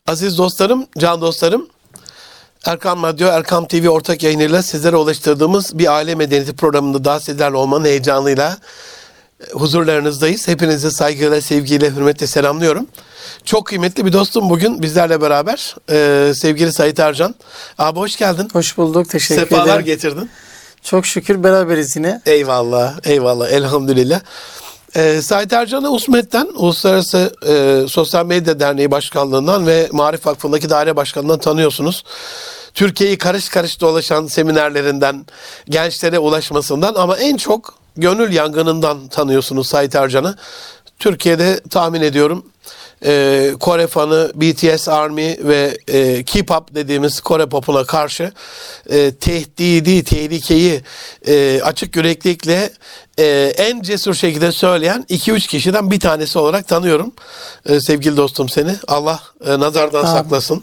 Aziz dostlarım, can dostlarım, Erkam Radyo, Erkam TV ortak yayınıyla sizlere ulaştırdığımız bir aile medeniyeti programında daha sizlerle olmanın heyecanıyla huzurlarınızdayız. Hepinizi saygıyla, sevgiyle, hürmetle selamlıyorum. Çok kıymetli bir dostum bugün bizlerle beraber. Sevgili Sait Ercan. Abi hoş geldin. Hoş bulduk, teşekkür ederim. Sefalar getirdin. Çok şükür beraberiz yine. Eyvallah, eyvallah, elhamdülillah. Sait Ercan'ı USMED'den, Uluslararası Sosyal Medya Derneği Başkanlığından ve Maarif Vakfı'ndaki daire başkanlığından tanıyorsunuz. Türkiye'yi karış karış dolaşan seminerlerinden, gençlere ulaşmasından ama en çok gönül yangınından tanıyorsunuz Sait Ercan'ı. Türkiye'de tahmin ediyorum Kore fanı, BTS Army ve K-pop dediğimiz Kore popuna karşı tehlikeyi açık yüreklilikle en cesur şekilde söyleyen 2-3 kişiden bir tanesi olarak tanıyorum. Sevgili dostum seni. Allah nazardan saklasın.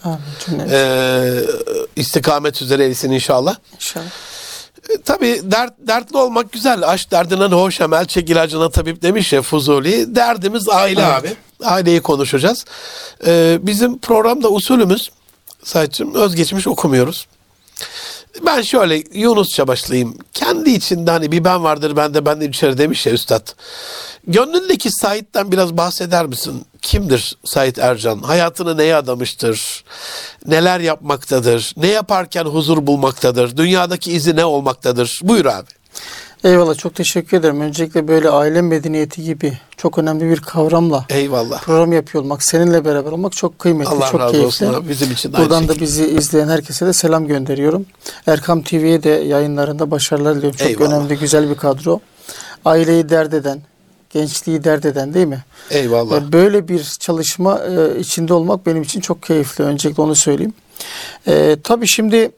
İstikamet üzere eylesin inşallah. İnşallah. Tabii dertli olmak güzel. Aşk derdinden hoş emel, çek ilacına tabip demiş ya Fuzuli. Derdimiz aile abi. Aileyi konuşacağız. Bizim programda usulümüz Sait'cığım özgeçmiş okumuyoruz. Ben şöyle Yunusça başlayayım. Kendi içinde hani bir ben vardır benden içeri demiş ya üstad. Gönlündeki Sait'ten biraz bahseder misin? Kimdir Sait Ercan? Hayatını neye adamıştır? Neler yapmaktadır? Ne yaparken huzur bulmaktadır? Dünyadaki izi ne olmaktadır? Buyur abi. Eyvallah, çok teşekkür ederim. Öncelikle böyle aile medeniyeti gibi çok önemli bir kavramla eyvallah program yapıyor olmak, seninle beraber olmak çok kıymetli, Allah çok razı keyifli. Olsun abi, bizim için de buradan da bizi izleyen herkese de selam gönderiyorum. Erkam TV'ye de yayınlarında başarılar diliyorum. Çok eyvallah. Önemli, güzel bir kadro. Aileyi dert eden, gençliği dert eden değil mi? Eyvallah. Böyle bir çalışma içinde olmak benim için çok keyifli. Öncelikle onu söyleyeyim. Tabii şimdi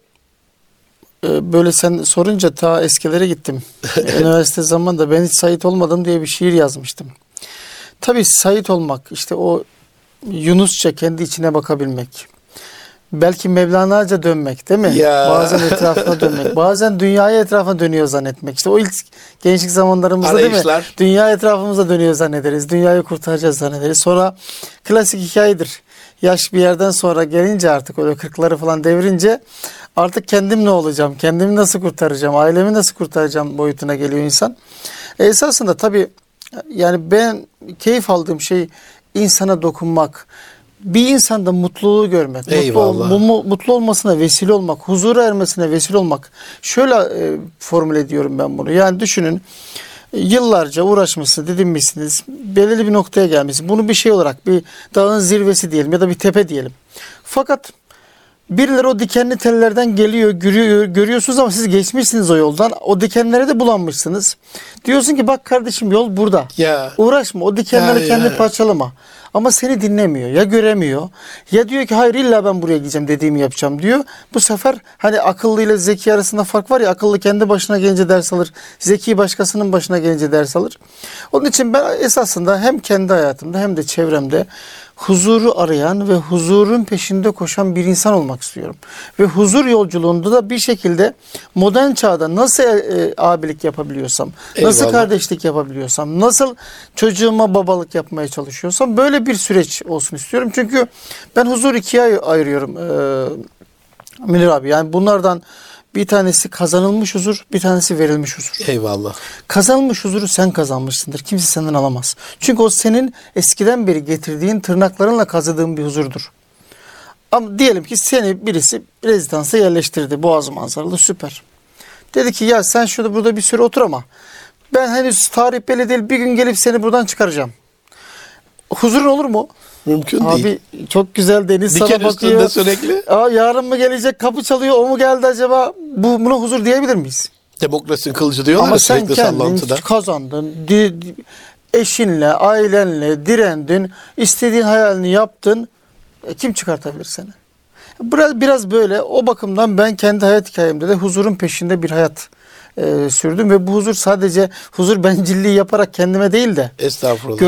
böyle sen sorunca ta eskilere gittim. Üniversite zamanında ben hiç Sait olmadım diye bir şiir yazmıştım. Tabii Sait olmak, işte o Yunusça kendi içine bakabilmek. Belki Mevlana'ca dönmek değil mi? Ya. Bazen etrafına dönmek. Bazen dünyaya etrafına dönüyor zannetmek. İşte o ilk gençlik zamanlarımızda arayışlar, değil mi? Dünya etrafımıza dönüyor zannederiz. Dünyayı kurtaracağız zannederiz. Sonra klasik hikayedir. Yaş bir yerden sonra gelince artık öyle 40'ları falan devirince artık kendim ne olacağım? Kendimi nasıl kurtaracağım? Ailemi nasıl kurtaracağım boyutuna geliyor insan. Esasında tabii yani ben keyif aldığım şey insana dokunmak. Bir insanda mutluluğu görmek, mutlu olmasına vesile olmak, huzura ermesine vesile olmak. Şöyle formüle ediyorum ben bunu. Yani düşünün, yıllarca uğraşmışsınız, didinmişsiniz, belirli bir noktaya gelmişsiniz. Bunu bir şey olarak, bir dağın zirvesi diyelim ya da bir tepe diyelim. Fakat birileri o dikenli tellerden geliyor, görüyorsunuz ama siz geçmişsiniz o yoldan. O dikenlere de bulanmışsınız. Diyorsun ki bak kardeşim yol burada. Ya. Uğraşma, o dikenleri kendi parçalama. Ama seni dinlemiyor, ya göremiyor ya diyor ki hayır illa ben buraya gideceğim, dediğimi yapacağım diyor. Bu sefer hani akıllı ile zeki arasında fark var ya, akıllı kendi başına gelince ders alır, zeki başkasının başına gelince ders alır. Onun için ben esasında hem kendi hayatımda hem de çevremde huzuru arayan ve huzurun peşinde koşan bir insan olmak istiyorum. Ve huzur yolculuğunda da bir şekilde modern çağda nasıl abilik yapabiliyorsam, nasıl eyvallah kardeşlik yapabiliyorsam, nasıl çocuğuma babalık yapmaya çalışıyorsam böyle bir süreç olsun istiyorum. Çünkü ben huzur ikiye ayırıyorum Münir abi. Yani bunlardan bir tanesi kazanılmış huzur, bir tanesi verilmiş huzur. Eyvallah. Kazanılmış huzuru sen kazanmışsındır. Kimse senden alamaz. Çünkü o senin eskiden beri getirdiğin, tırnaklarınla kazıdığın bir huzurdur. Ama diyelim ki seni birisi rezidansa yerleştirdi. Boğaz manzaralı, süper. Dedi ki ya sen şurada burada bir süre otur ama ben henüz tarih belli değil, bir gün gelip seni buradan çıkaracağım. Huzurun olur mu? Mümkün abi, değil. Çok güzel, deniz diken sana bakıyor. Sürekli. Yarın mı gelecek, kapı çalıyor, o mu geldi acaba? Buna huzur diyebilir miyiz? Demokrasinin kılıcı diyorlar. Ama sen sürekli kendin sallantıda kazandın, eşinle, ailenle direndin, istediğin hayalini yaptın. Kim çıkartabilir seni? Biraz böyle, o bakımdan ben kendi hayat hikayemde de huzurun peşinde bir hayat sürdüm ve bu huzur sadece huzur bencilliği yaparak kendime değil de estağfurullah,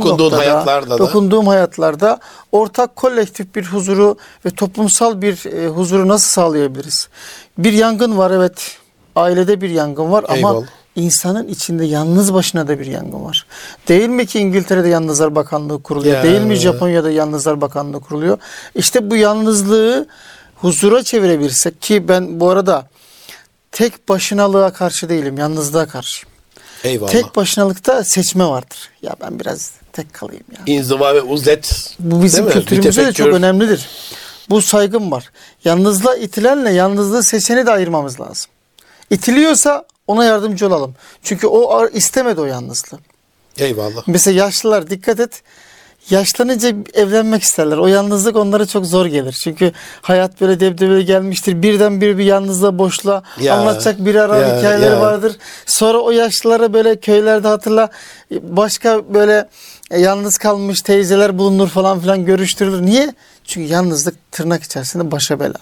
dokunduğum hayatlarda ortak kolektif bir huzuru ve toplumsal bir huzuru nasıl sağlayabiliriz? Bir yangın var, evet, ailede bir yangın var. Eyvallah. Ama insanın içinde yalnız başına da bir yangın var. Değil mi ki İngiltere'de Yalnızlar Bakanlığı kuruluyor? Ya. Değil mi Japonya'da Yalnızlar Bakanlığı kuruluyor? İşte bu yalnızlığı huzura çevirebilirsek, ki ben bu arada tek başınalığa karşı değilim, yalnızlığa karşıyım. Eyvallah. Tek başınalıkta seçme vardır. Ya ben biraz tek kalayım ya. İnziva ve uzlet. Bu bizim Değil mi? kültürümüzde de Mütefekkir. çok önemlidir. Bu saygım var. Yalnızlığa itilenle yalnızlığı seçeni de ayırmamız lazım. İtiliyorsa ona yardımcı olalım. Çünkü o istemedi o yalnızlığı. Eyvallah. Mesela yaşlılar, dikkat et. Yaşlanınca evlenmek isterler. O yalnızlık onlara çok zor gelir. Çünkü hayat böyle debdebeli gelmiştir. Birdenbire bir yalnızlığa, boşluğa Ya, anlatacak bir ara ya, hikayeleri ya. vardır. Sonra o yaşlılara böyle köylerde hatırla, başka böyle yalnız kalmış teyzeler bulunur falan filan, görüştürülür. Niye? Çünkü yalnızlık tırnak içerisinde başa bela.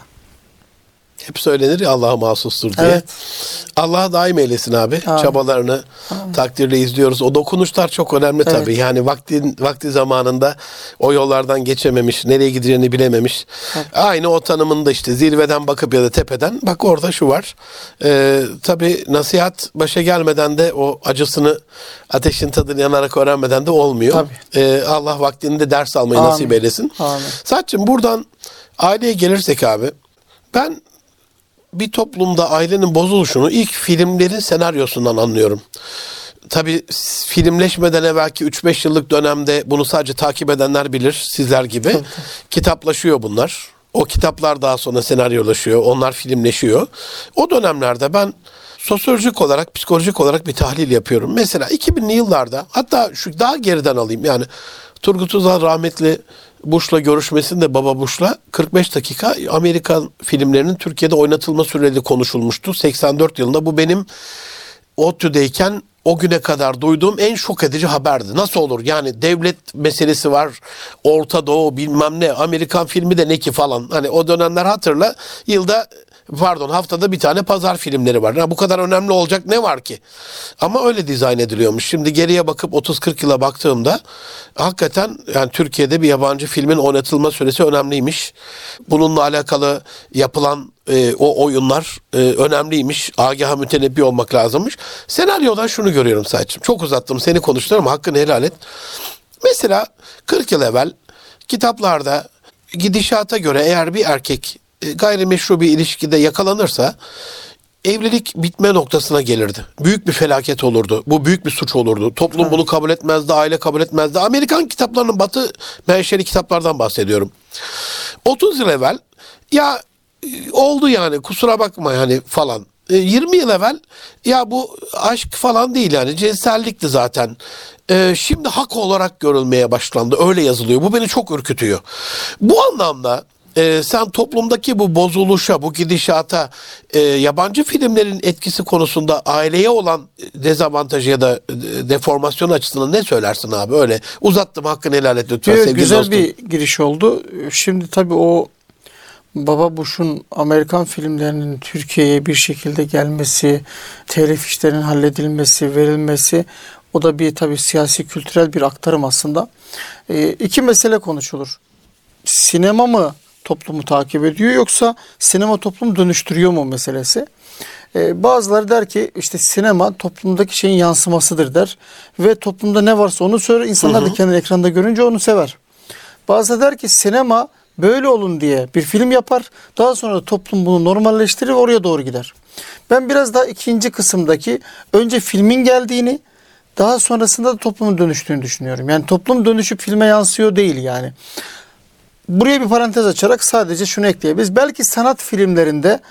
Hep söylenir ya Allah'a mahsustur diye. Evet. Allah daim eylesin abi. Amin. Çabalarını takdirle izliyoruz. O dokunuşlar çok önemli Evet. tabii. Yani vakti zamanında o yollardan geçememiş, nereye gideceğini bilememiş. Evet. Aynı o tanımında işte zirveden bakıp ya da tepeden bak orada şu var. Tabii nasihat başa gelmeden de o acısını, ateşin tadını yanarak öğrenmeden de olmuyor. Allah vaktinde ders almayı Amin. nasip eylesin. Amin. Saçım buradan aileye gelirsek abi, ben bir toplumda ailenin bozuluşunu ilk filmlerin senaryosundan anlıyorum. Tabii filmleşmeden evvelki 3-5 yıllık dönemde bunu sadece takip edenler bilir, sizler gibi. Kitaplaşıyor bunlar. O kitaplar daha sonra senaryolaşıyor, onlar filmleşiyor. O dönemlerde ben sosyolojik olarak, psikolojik olarak bir tahlil yapıyorum. Mesela 2000'li yıllarda, hatta şu daha geriden alayım, yani Turgut Özal rahmetli Bush'la görüşmesinde, baba Bush'la 45 dakika Amerikan filmlerinin Türkiye'de oynatılma süreli konuşulmuştu. 84 yılında bu benim ODTÜ'deyken o güne kadar duyduğum en şok edici haberdi. Nasıl olur? Yani devlet meselesi var, Orta Doğu bilmem ne, Amerikan filmi de ne ki falan. Hani o dönemler hatırla, haftada bir tane pazar filmleri var. Ya bu kadar önemli olacak ne var ki? Ama öyle dizayn ediliyormuş. Şimdi geriye bakıp 30-40 yıla baktığımda hakikaten yani Türkiye'de bir yabancı filmin oynatılma süresi önemliymiş. Bununla alakalı yapılan o oyunlar önemliymiş. Agaha mütenebbi olmak lazımmış. Senaryodan şunu görüyorum sadece. Çok uzattım, seni konuşturuyorum, hakkını helal et. Mesela 40 yıl evvel kitaplarda gidişata göre eğer bir erkek gayrimeşru bir ilişkide yakalanırsa evlilik bitme noktasına gelirdi. Büyük bir felaket olurdu. Bu büyük bir suç olurdu. Toplum bunu kabul etmezdi, aile kabul etmezdi. Amerikan kitaplarının, batı menşeli kitaplardan bahsediyorum. 30 yıl evvel ya oldu yani kusura bakma yani falan. 20 yıl evvel ya bu aşk falan değil yani cinsellikti zaten. Şimdi hak olarak görülmeye başlandı. Öyle yazılıyor. Bu beni çok ürkütüyor. Bu anlamda sen toplumdaki bu bozuluşa, bu gidişata yabancı filmlerin etkisi konusunda aileye olan dezavantajı ya da deformasyon açısından ne söylersin abi? Öyle uzattım, hakkını helal et lütfen sevgili güzel dostum. bir giriş oldu. Şimdi tabii o Baba Bush'un Amerikan filmlerinin Türkiye'ye bir şekilde gelmesi, telif işlerinin halledilmesi, verilmesi, o da bir tabii siyasi kültürel bir aktarım aslında. İki mesele konuşulur. Sinema mı toplumu takip ediyor, yoksa sinema toplumu dönüştürüyor mu meselesi? Bazıları der ki işte sinema toplumdaki şeyin yansımasıdır der ve toplumda ne varsa onu söyler. İnsanlar da kendini ekranda görünce onu sever. Bazıları der ki sinema böyle olun diye bir film yapar. Daha sonra da toplum bunu normalleştirir ve oraya doğru gider. Ben biraz daha ikinci kısımdaki önce filmin geldiğini, daha sonrasında da toplumun dönüştüğünü düşünüyorum. Yani toplum dönüşüp filme yansıyor değil yani. Buraya bir parantez açarak sadece şunu ekleyebiliriz. Belki sanat filmlerinde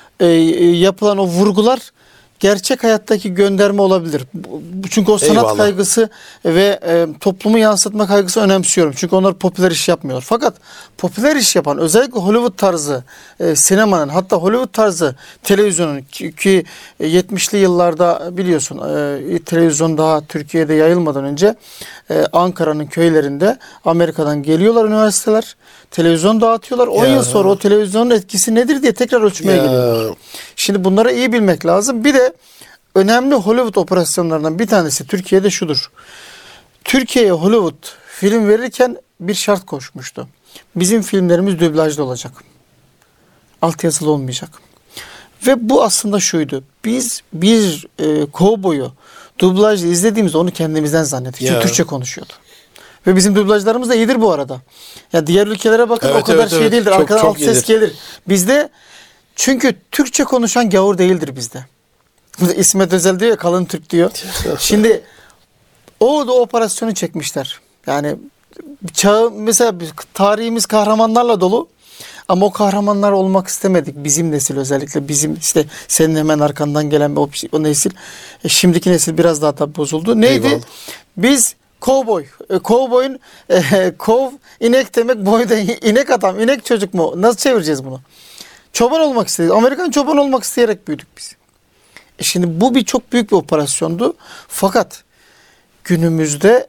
yapılan o vurgular gerçek hayattaki gönderme olabilir. Çünkü o sanat Eyvallah. kaygısı ve toplumu yansıtma kaygısı önemsiyorum. Çünkü onlar popüler iş yapmıyorlar. Fakat popüler iş yapan, özellikle Hollywood tarzı sinemanın, hatta Hollywood tarzı televizyonun ki 70'li yıllarda biliyorsun televizyon daha Türkiye'de yayılmadan önce Ankara'nın köylerinde Amerika'dan geliyorlar üniversiteler. Televizyon dağıtıyorlar. 10 yıl sonra o televizyonun etkisi nedir diye tekrar ölçmeye geliyorlar. Şimdi bunları iyi bilmek lazım. Bir de önemli Hollywood operasyonlarından bir tanesi Türkiye'de şudur. Türkiye'ye Hollywood film verirken bir şart koşmuştu. Bizim filmlerimiz dublajlı olacak. Altyazılı olmayacak. Ve bu aslında şuydu. Biz bir kovboyu dublajda izlediğimizde onu kendimizden zannettik. Çünkü Ya. Türkçe konuşuyordu. Ve bizim dublajlarımız da iyidir bu arada. Ya diğer ülkelere bakın Evet, o kadar evet, şey evet. değildir. Çok, Arkadan çok alt ses iyidir. gelir. Bizde çünkü Türkçe konuşan gavur değildir bizde. İsmet Özel diyor ya, kalın Türk diyor. Şimdi o da operasyonu çekmişler. Yani mesela tarihimiz kahramanlarla dolu. Ama o kahramanlar olmak istemedik. Bizim nesil özellikle. Bizim işte senin hemen arkandan gelen o nesil. Şimdiki nesil biraz daha da bozuldu. Neydi? Eyvallah. Biz kovboy. Kovboyun kov inek demek, boy da inek adam, inek çocuk mu? Nasıl çevireceğiz bunu? Çoban olmak istedik. Amerikan çoban olmak isteyerek büyüdük biz. Şimdi bu çok büyük bir operasyondu. Fakat günümüzde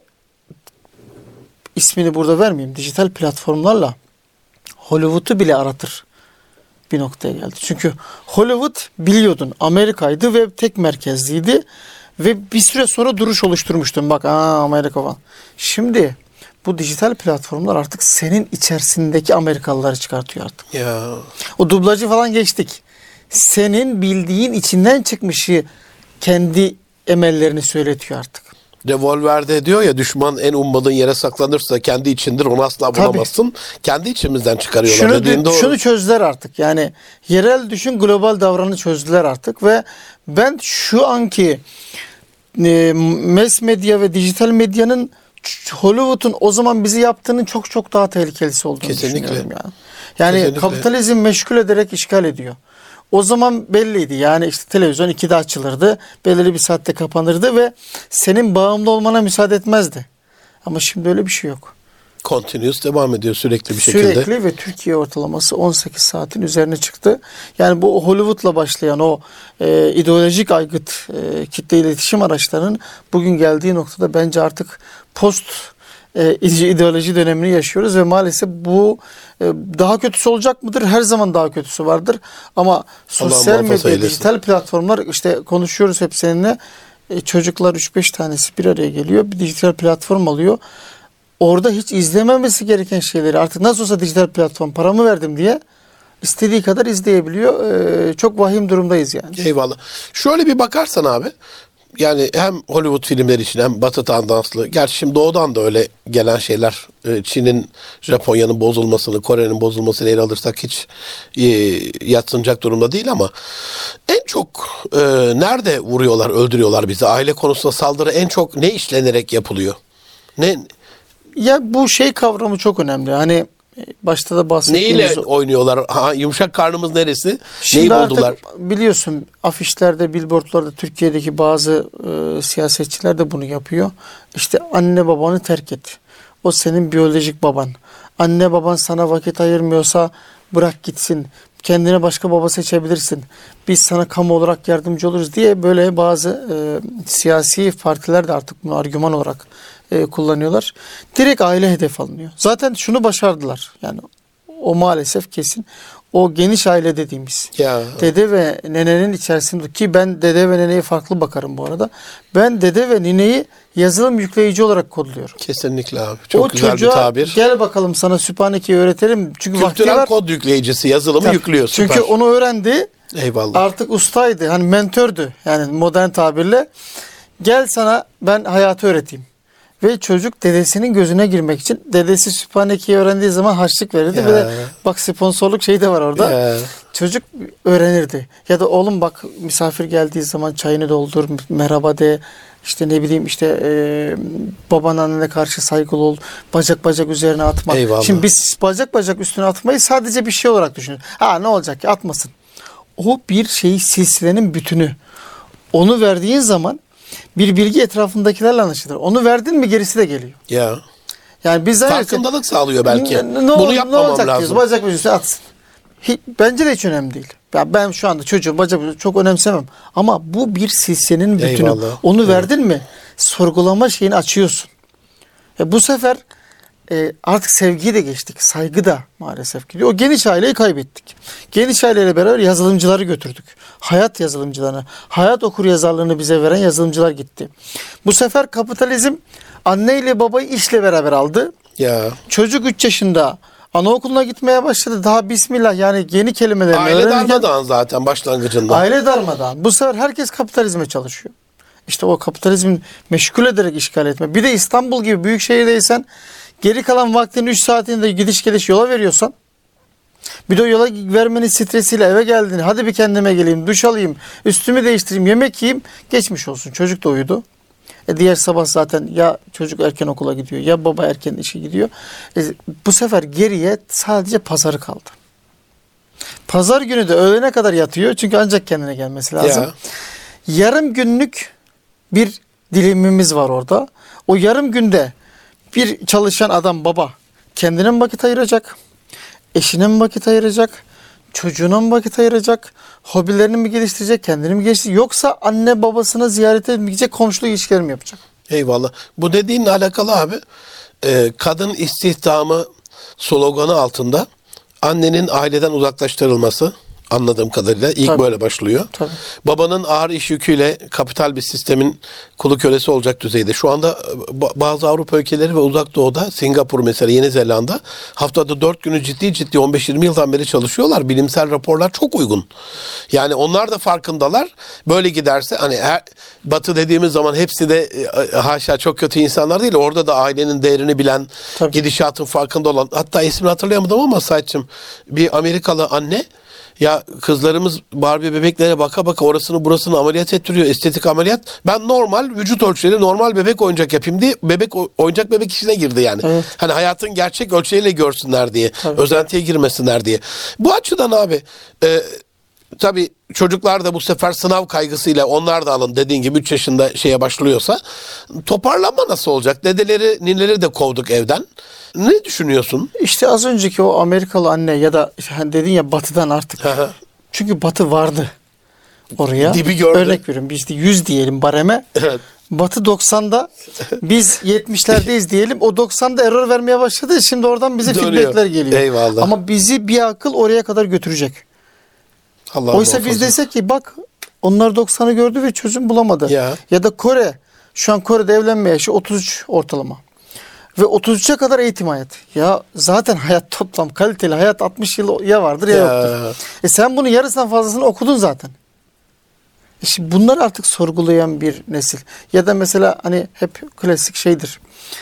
ismini burada vermeyeyim. Dijital platformlarla Hollywood'u bile aratır bir noktaya geldi. Çünkü Hollywood biliyordun Amerika'ydı ve tek merkezliydi ve bir süre sonra duruş oluşturmuştun. Bak Amerika falan. Şimdi bu dijital platformlar artık senin içerisindeki Amerikalıları çıkartıyor artık. Ya. O dublajı falan geçtik. Senin bildiğin içinden çıkmışı kendi emellerini söyletiyor artık. Revolver'de diyor ya, düşman en ummadığın yere saklanırsa kendi içindir, onu asla bulamazsın. Kendi içimizden çıkarıyorlar dediğin doğru. Şunu çözdüler artık. Yani yerel düşün, global davranı çözdüler artık ve ben şu anki mass medya ve dijital medyanın Hollywood'un o zaman bizi yaptığının çok çok daha tehlikelisi olduğunu düşünüyorum yani. Yani Kesinlikle. kapitalizm meşgul ederek işgal ediyor. O zaman belliydi. Yani işte televizyon 2'de açılırdı. Belirli bir saatte kapanırdı ve senin bağımlı olmana müsaade etmezdi. Ama şimdi öyle bir şey yok. Continuous devam ediyor sürekli bir şekilde. Sürekli ve Türkiye ortalaması 18 saatin üzerine çıktı. Yani bu Hollywood'la başlayan o ideolojik aygıt kitle iletişim araçlarının bugün geldiği noktada bence artık post ideoloji dönemini yaşıyoruz ve maalesef bu daha kötüsü olacak mıdır? Her zaman daha kötüsü vardır. Ama sosyal medya, dijital platformlar, işte konuşuyoruz hep seninle. Çocuklar 3-5 tanesi bir araya geliyor. Bir dijital platform alıyor. Orada hiç izlememesi gereken şeyleri artık nasıl olsa dijital platform paramı verdim diye istediği kadar izleyebiliyor. Çok vahim durumdayız yani. Eyvallah. Şöyle bir bakarsan abi, yani hem Hollywood filmleri için hem Batı tandanslı, gerçi şimdi doğudan da öyle gelen şeyler, Çin'in, Japonya'nın bozulmasını, Kore'nin bozulmasını ele alırsak hiç yadsınacak durumda değil ama en çok nerede vuruyorlar, öldürüyorlar bizi? Aile konusunda saldırı en çok ne işlenerek yapılıyor? Ya bu şey kavramı çok önemli. Hani başta da bahsettiğimiz... Neyle oynuyorlar? Yumuşak karnımız neresi? Şimdi neyi buldular? Biliyorsun afişlerde, billboardlarda Türkiye'deki bazı siyasetçiler de bunu yapıyor. İşte anne babanı terk et. O senin biyolojik baban. Anne baban sana vakit ayırmıyorsa bırak gitsin. Kendine başka baba seçebilirsin. Biz sana kamu olarak yardımcı oluruz diye böyle bazı siyasi partiler de artık bunu argüman olarak kullanıyorlar. Direkt aile hedef alınıyor. Zaten şunu başardılar. Yani o maalesef kesin. O geniş aile dediğimiz. Ya. Dede ve nenenin içerisinde, ki ben dede ve neneye farklı bakarım bu arada. Ben dede ve nineyi yazılım yükleyici olarak kodluyorum. Kesinlikle abi. Çok o güzel bir çocuğa, tabir. gel bakalım sana Sübhaneke'yi öğretelim. Çünkü vakti Kültürel var. kod yükleyicisi yazılımı Tabii. yüklüyor. Süper. Çünkü onu öğrendi. Eyvallah. Artık ustaydı. Hani mentördü. Yani modern tabirle. Gel sana ben hayatı öğreteyim. Ve çocuk dedesinin gözüne girmek için, dedesi Sübhaneke'yi öğrendiği zaman harçlık verirdi. Ve de bak sponsorluk şeyi de var orada. Ya. Çocuk öğrenirdi. Ya da oğlum bak misafir geldiği zaman çayını doldur, merhaba de. İşte ne bileyim işte baban annene karşı saygılı ol. Bacak bacak üzerine atma. Eyvallah. Şimdi biz bacak bacak üstüne atmayı sadece bir şey olarak düşünüyoruz. Ha ne olacak ki, atmasın. O bir şeyi, silsilenin bütünü. Onu verdiğin zaman bir bilgi etrafındakilerle anlaşılır. Onu verdin mi gerisi de geliyor. Ya. Yani biz Farkındalık sağlıyor belki. Ne Bunu yapmamam olacak lazım. diyoruz, bacak üstüne atsın. Bence de hiç önemli değil. Ben şu anda çocuğu bacak çok önemsemem. Ama bu bir silsilenin bütünü. Eyvallah. Onu Evet. verdin mi sorgulama şeyini açıyorsun. Bu sefer artık sevgiyi de geçtik. Saygı da maalesef gidiyor. O geniş aileyi kaybettik. Geniş aileyle beraber yazılımcıları götürdük. Hayat yazılımcılarını, hayat okuryazarlığını bize veren yazılımcılar gitti. Bu sefer kapitalizm anne ile babayı işle beraber aldı. Ya. Çocuk 3 yaşında Anaokuluna gitmeye başladı. Daha bismillah yani yeni kelimelerini Aile öğrenirken darmadağın zaten başlangıcında. aile darmadan. Bu sefer herkes kapitalizme çalışıyor. İşte o kapitalizmin meşgul ederek işgal etme. Bir de İstanbul gibi büyük şehirdeysen geri kalan vaktinin 3 saatini de gidiş geliş yola veriyorsan, bir de o yola vermenin stresiyle eve geldin. Hadi bir kendime geleyim, duş alayım, üstümü değiştireyim, yemek yiyeyim. Geçmiş olsun. Çocuk da uyudu. Diğer sabah zaten ya çocuk erken okula gidiyor ya baba erken işe gidiyor. Bu sefer geriye sadece pazarı kaldı. Pazar günü de öğlene kadar yatıyor. Çünkü ancak kendine gelmesi lazım. Ya. Yarım günlük bir dilimimiz var orada. O yarım günde bir çalışan adam baba kendine mi vakit ayıracak? Eşine mi vakit ayıracak? Çocuğuna mı vakit ayıracak? Hobilerini mi geliştirecek? Kendini mi geliştirecek? Yoksa anne babasına ziyarete mi gidecek? Komşuluk ilişkileri mi yapacak? Eyvallah. Bu dediğinle alakalı abi kadın istihdamı sloganı altında annenin aileden uzaklaştırılması anladığım kadarıyla ilk Tabii. böyle başlıyor. Tabii. Babanın ağır iş yüküyle kapital bir sistemin kulu kölesi olacak düzeyde. Şu anda bazı Avrupa ülkeleri ve Uzak Doğu'da Singapur mesela Yeni Zelanda haftada 4 günü ciddi 15-20 yıldan beri çalışıyorlar. Bilimsel raporlar çok uygun. Yani onlar da farkındalar. Böyle giderse hani Batı dediğimiz zaman hepsi de haşa çok kötü insanlar değil. Orada da ailenin değerini bilen, Tabii. gidişatın farkında olan, hatta ismini hatırlayamadım ama Saitçım, bir Amerikalı anne ya kızlarımız Barbie bebeklere baka baka orasını burasını ameliyat ettiriyor. Estetik ameliyat. Ben normal vücut ölçüleri normal bebek oyuncak yapayım diye oyuncak bebek işine girdi yani. Evet. Hani hayatın gerçek ölçeğiyle görsünler diye. Tabii. Özentiye girmesinler diye. Bu açıdan abi tabii çocuklar da bu sefer sınav kaygısıyla onlar da alın dediğin gibi 3 yaşında şeye başlıyorsa toparlanma nasıl olacak? Dedeleri, nineleri de kovduk evden. Ne düşünüyorsun? İşte az önceki o Amerikalı anne ya da hani dedin ya batıdan artık. Çünkü batı vardı oraya. Dibi gördü. Örnek veriyorum biz de 100 diyelim bareme. Evet. Batı 90'da biz 70'lerdeyiz diyelim. O 90'da error vermeye başladı. Şimdi oradan bize Dönüyor. feedbackler geliyor. Eyvallah. Ama bizi bir akıl oraya kadar götürecek. Allah Oysa biz desek ki bak onlar 90'ı gördü ve çözüm bulamadı. Ya da Kore. Şu an Kore'de evlenme yaşı 33 ortalama. Ve 33'e kadar eğitim hayatı. Ya zaten hayat toplam kaliteli hayat 60 yıl ya vardır ya yoktur. Sen bunun yarısından fazlasını okudun zaten. Şimdi bunlar artık sorgulayan bir nesil. Ya da mesela hani hep klasik şeydir.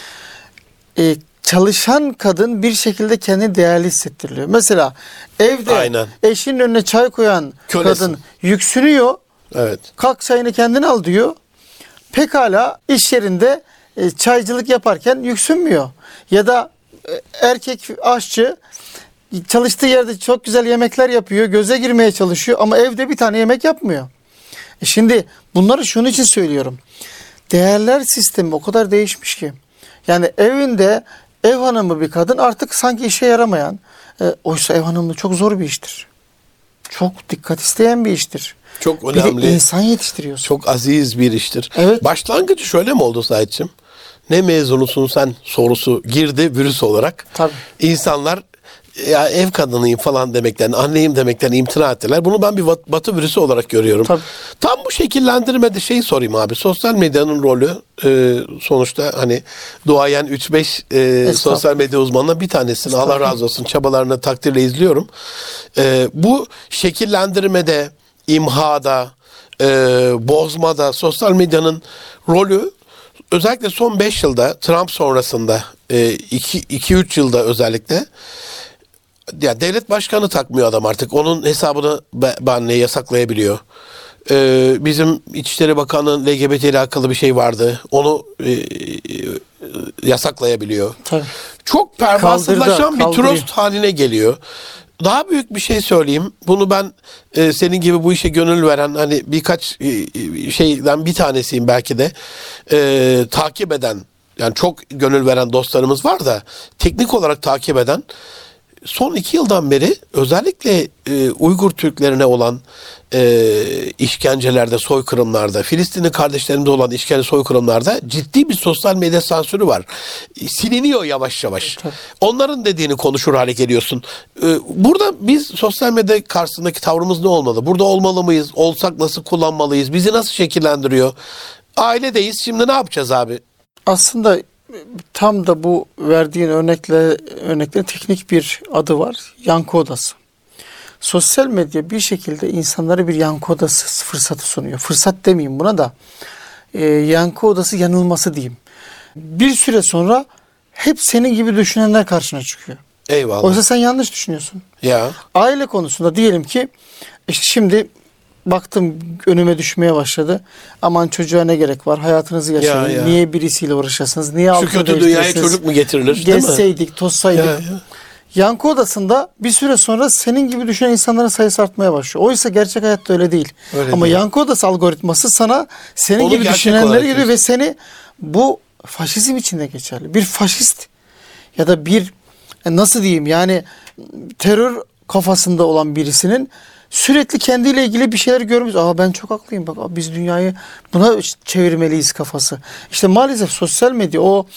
Çalışan kadın bir şekilde kendini değerli hissettiriliyor. Mesela evde Aynen. eşinin önüne çay koyan Kölesin. kadın yüksünüyor. Evet. Kalk çayını kendin al diyor. Pekala iş yerinde çaycılık yaparken yüksünmüyor. Ya da erkek aşçı çalıştığı yerde çok güzel yemekler yapıyor. Göze girmeye çalışıyor ama evde bir tane yemek yapmıyor. Şimdi bunları şunun için söylüyorum. Değerler sistemi o kadar değişmiş ki. Yani evinde ev hanımı bir kadın artık sanki işe yaramayan. Oysa ev hanımlığı çok zor bir iştir. Çok dikkat isteyen bir iştir. Çok Bir önemli. de insan yetiştiriyorsun. Çok aziz bir iştir. Evet. Başlangıcı şöyle mi oldu Saitçim? Ne mezunusun sen sorusu girdi virüs olarak. Tabii. İnsanlar ya ev kadınıyım falan demekten, anneyim demekten imtina ettiler. Bunu ben bir batı virüsü olarak görüyorum. Tabii. Tam bu şekillendirmede şeyi sorayım abi. Sosyal medyanın rolü sonuçta hani duayen 3-5 sosyal medya uzmanından bir tanesini Allah razı olsun çabalarını takdirle izliyorum. Bu şekillendirmede, imhada, bozmada sosyal medyanın rolü özellikle son 5 yılda Trump sonrasında 2-3 yılda özellikle ya devlet başkanı takmıyor adam artık. Onun hesabını banlaya yasaklayabiliyor. Bizim İçişleri Bakanı'nın LGBT ile alakalı bir şey vardı. Onu yasaklayabiliyor. Tabii. Çok pervasızlaşan bir kaldırıyor. trust haline geliyor. Daha büyük bir şey söyleyeyim. Bunu ben senin gibi bu işe gönül veren hani birkaç şeyden bir tanesiyim belki de takip eden yani çok gönül veren dostlarımız var da teknik olarak takip eden son 2 yıldan beri özellikle Uygur Türklerine olan işkencelerde, soykırımlarda, Filistinli kardeşlerimize olan işkence soykırımlarda ciddi bir sosyal medya sansürü var. Siliniyor yavaş yavaş. Tabii. Onların dediğini konuşur hale geliyorsun. Burada biz sosyal medya karşısındaki tavrımız ne olmalı? Burada olmalı mıyız? Olsak nasıl kullanmalıyız? Bizi nasıl şekillendiriyor? Ailedeyiz. Şimdi ne yapacağız abi? Aslında tam da bu verdiğin örneklerin teknik bir adı var. Yankı odası. Sosyal medya bir şekilde insanlara bir yankı odası fırsatı sunuyor. Fırsat demeyeyim buna da. Yankı odası yanılması diyeyim. Bir süre sonra hep senin gibi düşünenler karşına çıkıyor. Eyvallah. Oysa sen yanlış düşünüyorsun. Ya. Aile konusunda diyelim ki işte şimdi baktım önüme düşmeye başladı. Aman çocuğa ne gerek var? Hayatınızı yaşayın. Ya. Niye birisiyle uğraşasınız? Niye Şu altını kötü dünyaya değiştirirsiniz? çocuk mu getirilir? Değil mi? Gezseydik, tozsaydık. Ya. Yankı odasında bir süre sonra senin gibi düşünen insanların sayısı artmaya başlıyor. Oysa gerçek hayatta öyle değil. Öyle Ama değil. yankı odası algoritması sana senin Onu gibi gerçek düşünenleri olarak görüyor ve seni bu faşizm içinde geçerli. Bir faşist ya da bir nasıl diyeyim yani terör kafasında olan birisinin sürekli kendiyle ilgili bir şeyler görmüş. Ben çok haklıyım bak biz dünyayı buna çevirmeliyiz kafası. İşte maalesef sosyal medya o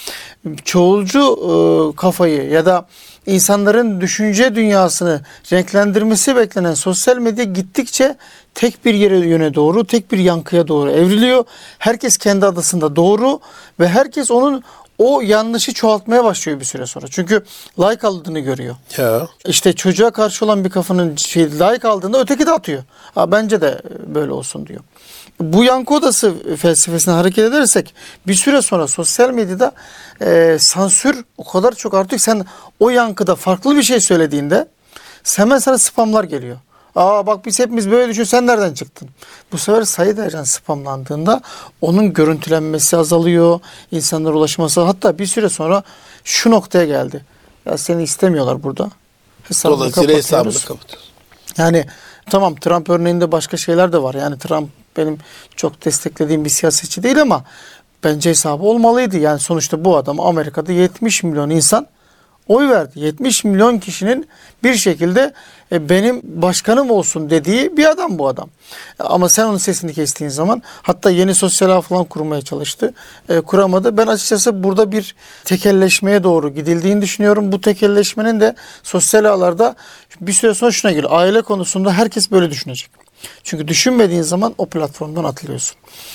çoğulcu kafayı ya da insanların düşünce dünyasını renklendirmesi beklenen sosyal medya gittikçe tek bir yöne doğru, tek bir yankıya doğru evriliyor. Herkes kendi adasında doğru ve herkes onun o yanlışı çoğaltmaya başlıyor bir süre sonra. Çünkü like aldığını görüyor. Ya. İşte çocuğa karşı olan bir kafanın like aldığında öteki de atıyor. Bence de böyle olsun diyor. Bu yankı odası felsefesine hareket edersek bir süre sonra sosyal medyada sansür o kadar çok artıyor. Sen o yankıda farklı bir şey söylediğinde hemen sana spamlar geliyor. Bak biz hepimiz böyle düşünüyoruz. Sen nereden çıktın? Bu sefer Said Ercan spamlandığında onun görüntülenmesi azalıyor. İnsanlara ulaşması. Hatta bir süre sonra şu noktaya geldi. Ya seni istemiyorlar burada. Dolayısıyla hesabını kapatıyoruz. Yani tamam Trump örneğinde başka şeyler de var. Yani Trump benim çok desteklediğim bir siyasetçi değil ama bence hesabı olmalıydı. Yani sonuçta bu adam Amerika'da 70 milyon insan oy verdi. 70 milyon kişinin bir şekilde benim başkanım olsun dediği bir adam bu adam. Ama sen onun sesini kestiğin zaman hatta yeni sosyal ağ falan kurmaya çalıştı. Kuramadı. Ben açıkçası burada bir tekelleşmeye doğru gidildiğini düşünüyorum. Bu tekelleşmenin de sosyal ağlarda bir süre sonra şuna geliyor. Aile konusunda herkes böyle düşünecek. Çünkü düşünmediğin zaman o platformdan atılıyorsun.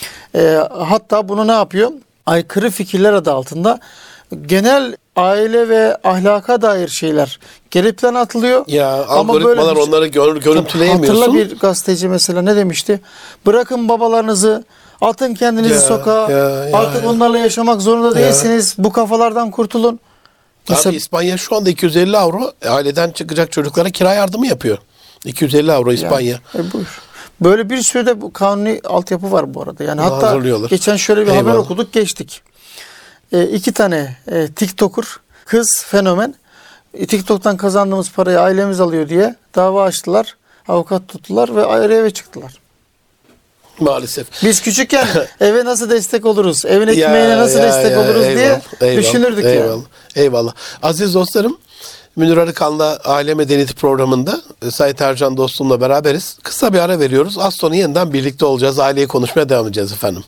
Hatta bunu ne yapıyor? Aykırı fikirler adı altında genel aile ve ahlaka dair şeyler geri plana atılıyor. Ya ama algoritmalar onları görüntüleyemiyorsun. Hatırla bir gazeteci mesela ne demişti? Bırakın babalarınızı, atın kendinizi sokağa. Artık onlarla yaşamak zorunda değilsiniz. Bu kafalardan kurtulun. Abi İspanya şu anda 250 avro aileden çıkacak çocuklara kira yardımı yapıyor. 250 avro İspanya. Buyur. Böyle bir sürü de bu kanuni altyapı var bu arada. Yani hatta geçen şöyle bir haber okuduk geçtik. 2 tane TikToker kız fenomen TikTok'tan kazandığımız parayı ailemiz alıyor diye dava açtılar. Avukat tuttular ve ayrı eve çıktılar. Maalesef. Biz küçükken eve nasıl destek oluruz? Evin ekmeğine nasıl destek oluruz diye düşünürdük yani. Eyvallah. Aziz dostlarım, Münir Arıkan'la Aile Medeniyeti programında Said Ercan dostumla beraberiz. Kısa bir ara veriyoruz. Az sonra yeniden birlikte olacağız. Aileyi konuşmaya devam edeceğiz efendim.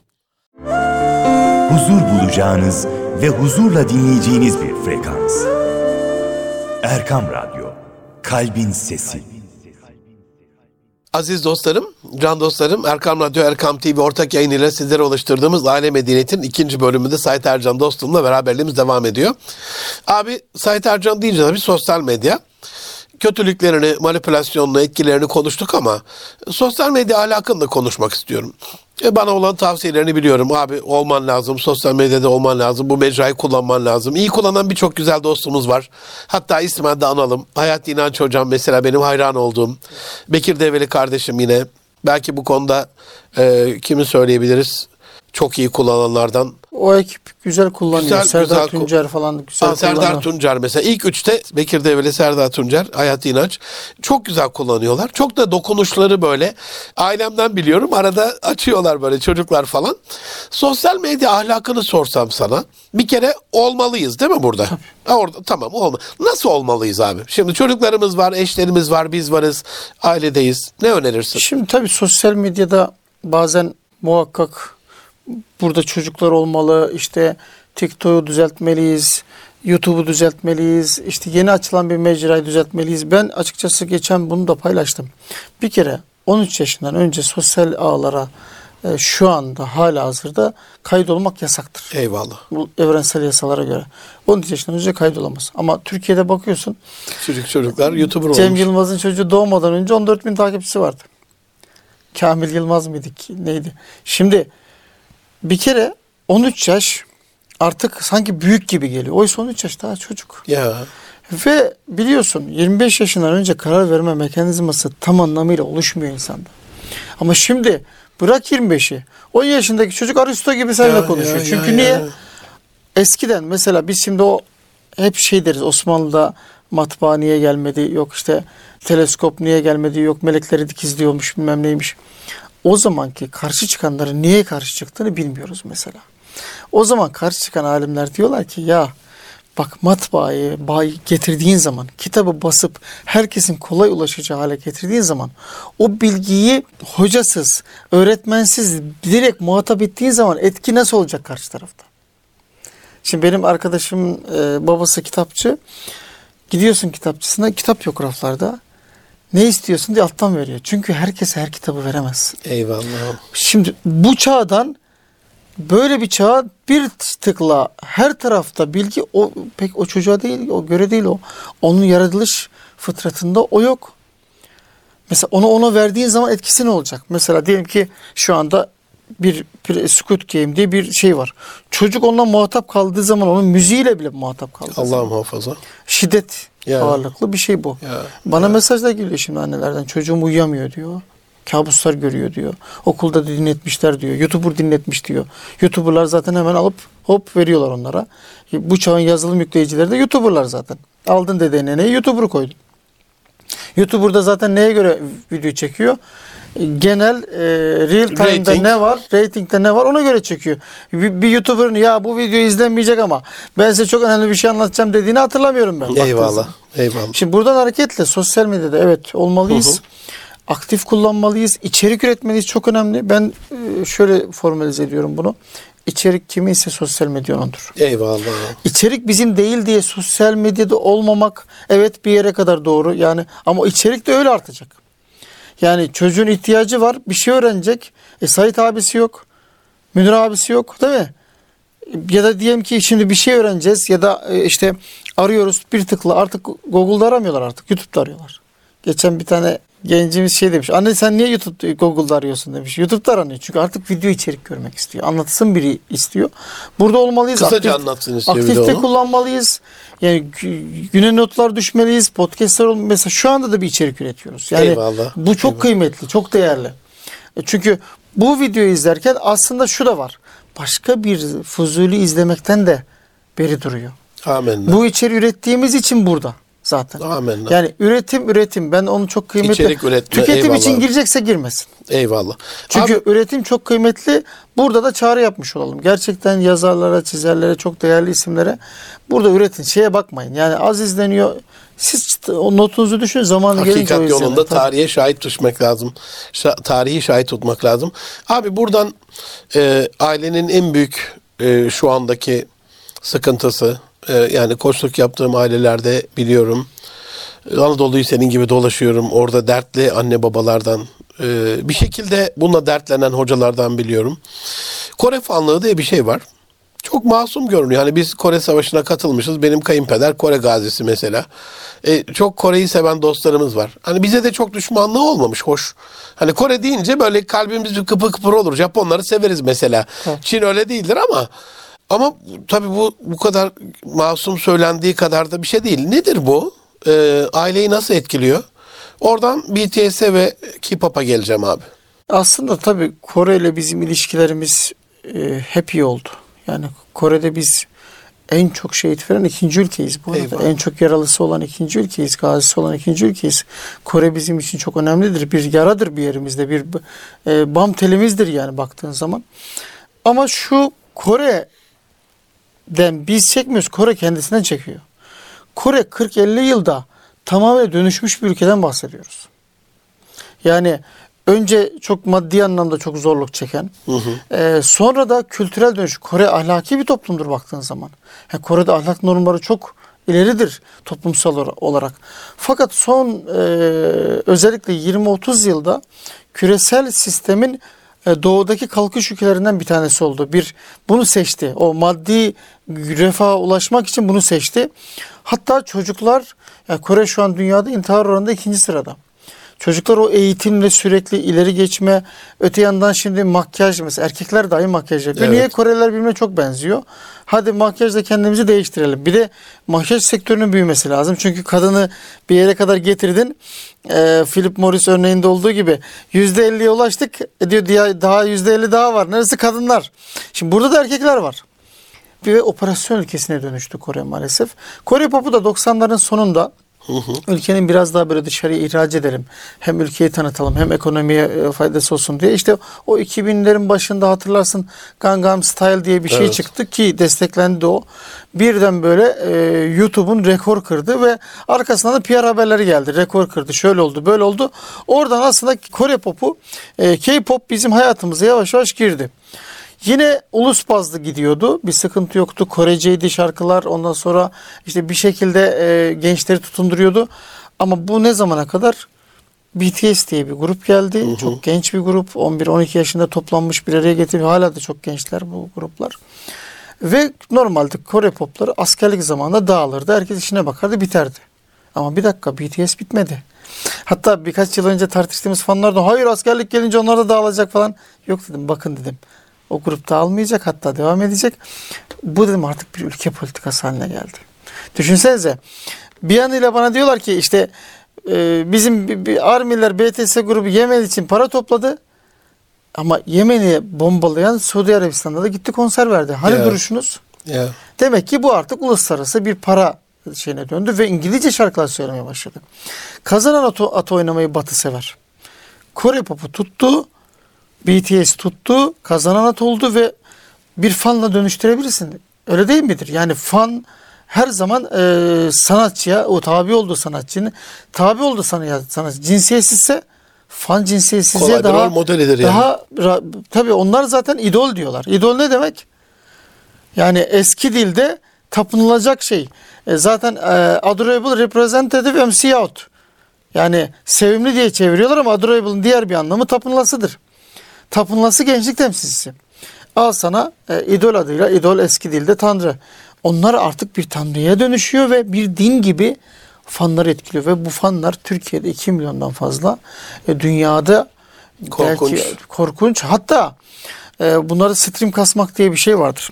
Huzur bulacağınız ve huzurla dinleyeceğiniz bir frekans. Erkam Radyo, Kalbin Sesi. Aziz dostlarım, can dostlarım, Erkam Radyo, Erkam TV ortak yayınıyla sizlere ulaştırdığımız Aile Medeniyeti'nin 2. bölümünde Said Ercan dostumla beraberliğimiz devam ediyor. Abi Said Ercan deyince tabii sosyal medya. Kötülüklerini, manipülasyonunu, etkilerini konuştuk ama sosyal medya ahlakını da konuşmak istiyorum. Bana olan tavsiyelerini biliyorum. Abi olman lazım, sosyal medyada olman lazım, bu mecrayı kullanman lazım. İyi kullanan birçok güzel dostumuz var. Hatta ismen de analım. Hayat İnanç hocam mesela benim hayran olduğum. Bekir Develi kardeşim yine. Belki bu konuda kimi söyleyebiliriz? Çok iyi kullananlardan. O ekip güzel kullanıyor. Serdar Tuncer falan güzel kullanıyor. Serdar Tuncer mesela. İlk 3'te Bekir Develi, Serdar Tuncer, Hayat İnanç. Çok güzel kullanıyorlar. Çok da dokunuşları böyle. Ailemden biliyorum. Arada açıyorlar böyle çocuklar falan. Sosyal medya ahlakını sorsam sana. Bir kere olmalıyız değil mi burada? Orada tamam olma. Nasıl olmalıyız abi? Şimdi çocuklarımız var, eşlerimiz var, biz varız, ailedeyiz. Ne önerirsin? Şimdi tabii sosyal medyada bazen muhakkak burada çocuklar olmalı, işte TikTok'u düzeltmeliyiz, YouTube'u düzeltmeliyiz, işte yeni açılan bir mecrayı düzeltmeliyiz. Ben açıkçası geçen bunu da paylaştım. Bir kere 13 yaşından önce sosyal ağlara şu anda halihazırda kaydolmak yasaktır. Eyvallah. Bu evrensel yasalara göre. 13 yaşından önce kaydolamaz. Ama Türkiye'de bakıyorsun Küçücük çocuklar YouTuber Cem olmuş. Yılmaz'ın çocuğu doğmadan önce 14 bin takipçisi vardı. Kamil Yılmaz mıydı ki? Neydi? Şimdi bir kere 13 yaş artık sanki büyük gibi geliyor. Oysa 13 yaş daha çocuk. Ya Ve biliyorsun 25 yaşından önce karar verme mekanizması tam anlamıyla oluşmuyor insanda. Ama şimdi bırak 25'i. 10 yaşındaki çocuk Aristo gibi seninle Ya, konuşuyor. ya, Çünkü ya, niye? ya. Eskiden mesela biz şimdi o hep şey deriz, Osmanlı'da matbaa niye gelmedi, yok işte teleskop niye gelmedi, yok melekleri dikizliyormuş bilmem neymiş. O zamanki karşı çıkanların niye karşı çıktığını bilmiyoruz mesela. O zaman karşı çıkan alimler diyorlar ki ya bak matbaayı getirdiğin zaman, kitabı basıp herkesin kolay ulaşacağı hale getirdiğin zaman o bilgiyi hocasız, öğretmensiz direkt muhatap ettiğin zaman etki nasıl olacak karşı tarafta? Şimdi benim arkadaşımın babası kitapçı. Gidiyorsun kitapçısına, kitap yok raflarda. Ne istiyorsun diye alttan veriyor. Çünkü herkese her kitabı veremez. eyvallah. Şimdi bu çağdan böyle bir çağa bir tıkla her tarafta bilgi pek o çocuğa değil, o göre değil o. Onun yaratılış fıtratında o yok. Mesela ona verdiğin zaman etkisi ne olacak? Mesela diyelim ki şu anda bir Squid Game diye bir şey var. Çocuk onunla muhatap kaldığı zaman onun müziğiyle bile muhatap kaldığı Allah zaman. muhafaza. Şiddet Ya. ağırlıklı bir şey bu. Ya. Bana mesajlar geliyor şimdi annelerden. Çocuğum uyuyamıyor diyor. Kabuslar görüyor diyor. Okulda dinletmişler diyor. YouTuber dinletmiş diyor. YouTuber'lar zaten hemen alıp hop veriyorlar onlara. Bu çağın yazılım yükleyicileri de YouTuber'lar zaten. Aldın dede neneyi YouTuber koydun. YouTuber'da zaten neye göre video çekiyor? Genel real time'da Rating. ne var? Rating'de ne var? Ona göre çekiyor. Bir YouTuber'ın ya bu video izlenmeyecek ama ben size çok önemli bir şey anlatacağım dediğini hatırlamıyorum ben. Eyvallah. Eyvallah. Şimdi buradan hareketle sosyal medyada evet olmalıyız. Hı hı. Aktif kullanmalıyız. İçerik üretmeliyiz. Çok önemli. Ben şöyle formalize ediyorum bunu. İçerik kiminse sosyal medya onundur. Eyvallah. İçerik bizim değil diye sosyal medyada olmamak evet bir yere kadar doğru. Yani ama içerik de öyle artacak. Yani çocuğun ihtiyacı var. Bir şey öğrenecek. Sait abisi yok. Münir abisi yok. Değil mi? Ya da diyelim ki şimdi bir şey öğreneceğiz ya da işte arıyoruz bir tıkla artık Google'da aramıyorlar artık. YouTube'da arıyorlar. Geçen bir tane gencimiz şey demiş. Anne sen niye Google'da arıyorsun demiş. YouTube'da aranıyor. Çünkü artık video içerik görmek istiyor. Anlatısın biri istiyor. Burada olmalıyız. Kısaca anlatsın istiyor bir de Aktifte onu. kullanmalıyız. Yani güne notlar düşmeliyiz. Podcastlar mesela şu anda da bir içerik üretiyoruz. Yani Eyvallah. bu çok Eyvallah. kıymetli, çok değerli. Çünkü bu videoyu izlerken aslında şu da var. Başka bir Fuzuli izlemekten de beri duruyor. Amenna. Bu içeriği ürettiğimiz için burada zaten. Amenna. Yani üretim ben onu çok kıymetli. İçerik üretme, Tüketim eyvallah. için girecekse girmesin. Eyvallah. Çünkü Abi, üretim çok kıymetli. Burada da çağrı yapmış olalım. Gerçekten yazarlara, çizerlere, çok değerli isimlere burada üretin. Şeye bakmayın. Yani az izleniyor. Siz o notunuzu düşünün. Zamanı gelince o hakikat izlenir. yolunda Tabii. tarihe şahit tutmak lazım. Tarihi şahit tutmak lazım. Abi buradan ailenin en büyük şu andaki sıkıntısı yani koçluk yaptığım ailelerde biliyorum. Anadolu'yu senin gibi dolaşıyorum. Orada dertli anne babalardan bir şekilde bununla dertlenen hocalardan biliyorum. Kore fanlığı diye bir şey var. Çok masum görünüyor. Hani biz Kore Savaşı'na katılmışız. Benim kayınpeder Kore gazisi mesela. Çok Kore'yi seven dostlarımız var. Hani bize de çok düşmanlığı olmamış. Hoş. Hani Kore deyince böyle kalbimiz bir kıpır kıpır olur. Japonları severiz mesela. Evet. Çin öyle değildir ama tabii bu kadar masum söylendiği kadar da bir şey değil. Nedir bu? Aileyi nasıl etkiliyor? Oradan BTS'e ve K-pop'a geleceğim abi. Aslında tabii Kore ile bizim ilişkilerimiz hep iyi oldu. Yani Kore'de biz en çok şehit veren ikinci ülkeyiz bu arada. Eyvallah. En çok yaralısı olan ikinci ülkeyiz. Gazisi olan ikinci ülkeyiz. Kore bizim için çok önemlidir. Bir yaradır bir yerimizde. Bir bam telimizdir yani baktığın zaman. Ama şu Kore'den biz çekmiyoruz. Kore kendisinden çekiyor. Kore 40-50 yılda tamamen dönüşmüş bir ülkeden bahsediyoruz. Yani önce çok maddi anlamda çok zorluk çeken, sonra da kültürel dönüş. Kore ahlaki bir toplumdur baktığın zaman. Yani Kore'de ahlak normları çok ileridir toplumsal olarak. Fakat son özellikle 20-30 yılda küresel sistemin doğudaki kalkış ülkelerinden bir tanesi oldu. Bunu seçti. O maddi refaha ulaşmak için bunu seçti. Hatta çocuklar, yani Kore şu an dünyada intihar oranında 2. sırada. Çocuklar o eğitimle sürekli ileri geçme, öte yandan şimdi makyaj, mesela erkekler dahi makyaj yapıyor. Evet. Niye? Koreliler birbirine çok benziyor. Hadi makyajla kendimizi değiştirelim. Bir de makyaj sektörünün büyümesi lazım. Çünkü kadını bir yere kadar getirdin. Philip Morris örneğinde olduğu gibi %50'ye ulaştık. Diyor daha %50 daha var. Neresi kadınlar? Şimdi burada da erkekler var. Bir operasyon ülkesine dönüştü Kore maalesef. Kore popu da 90'ların sonunda ülkenin biraz daha böyle dışarıya ihraç edelim. Hem ülkeyi tanıtalım hem ekonomiye faydası olsun diye. İşte o 2000'lerin başında hatırlarsın Gangnam Style diye bir şey çıktı ki desteklendi o. Birden böyle YouTube'un rekor kırdı ve arkasından da PR haberleri geldi. Rekor kırdı. Şöyle oldu, böyle oldu. Oradan aslında Kore popu, K-pop bizim hayatımıza yavaş yavaş girdi. Yine ulus bazlı gidiyordu. Bir sıkıntı yoktu. Koreceydi şarkılar. Ondan sonra işte bir şekilde gençleri tutunduruyordu. Ama bu ne zamana kadar? BTS diye bir grup geldi. Çok genç bir grup. 11-12 yaşında toplanmış bir araya getiriyor. Hala da çok gençler bu gruplar. Ve normalde Kore popları askerlik zamanında dağılırdı. Herkes işine bakardı, biterdi. Ama bir dakika, BTS bitmedi. Hatta birkaç yıl önce tartıştığımız fanlar da hayır askerlik gelince onlar da dağılacak falan. Yok dedim, bakın dedim. O grup dağılmayacak, hatta devam edecek. Bu dedim artık bir ülke politikası haline geldi. Düşünsenize, bir yanıyla bana diyorlar ki işte bizim Armiler BTS grubu Yemen için para topladı. Ama Yemen'i bombalayan Suudi Arabistan'da da gitti konser verdi. Hani duruşunuz? Demek ki bu artık uluslararası bir para şeyine döndü ve İngilizce şarkılar söylemeye başladı. Kazanan at oynamayı Batı sever. Kore popu tuttu. BTS tuttu, kazanan at oldu ve bir fanla dönüştürebilirsin. Öyle değil midir? Yani fan her zaman sanatçıya, o tabi olduğu sanatçının tabi olduğu sanatçı cinsiyetsizse fan cinsiyetsizliğe daha modelidir yani. Tabii onlar zaten idol diyorlar. İdol ne demek? Yani eski dilde tapınılacak şey. Zaten adorable representative MC out. Yani sevimli diye çeviriyorlar ama adorable'ın diğer bir anlamı tapınılasıdır. Tapınılası gençlik temsilcisi. Al sana idol adıyla, idol eski dilde tanrı. Onlar artık bir tanrıya dönüşüyor ve bir din gibi fanları etkiliyor. Ve bu fanlar Türkiye'de 2 milyondan fazla. Dünyada korkunç. Hatta bunlarda stream kasmak diye bir şey vardır.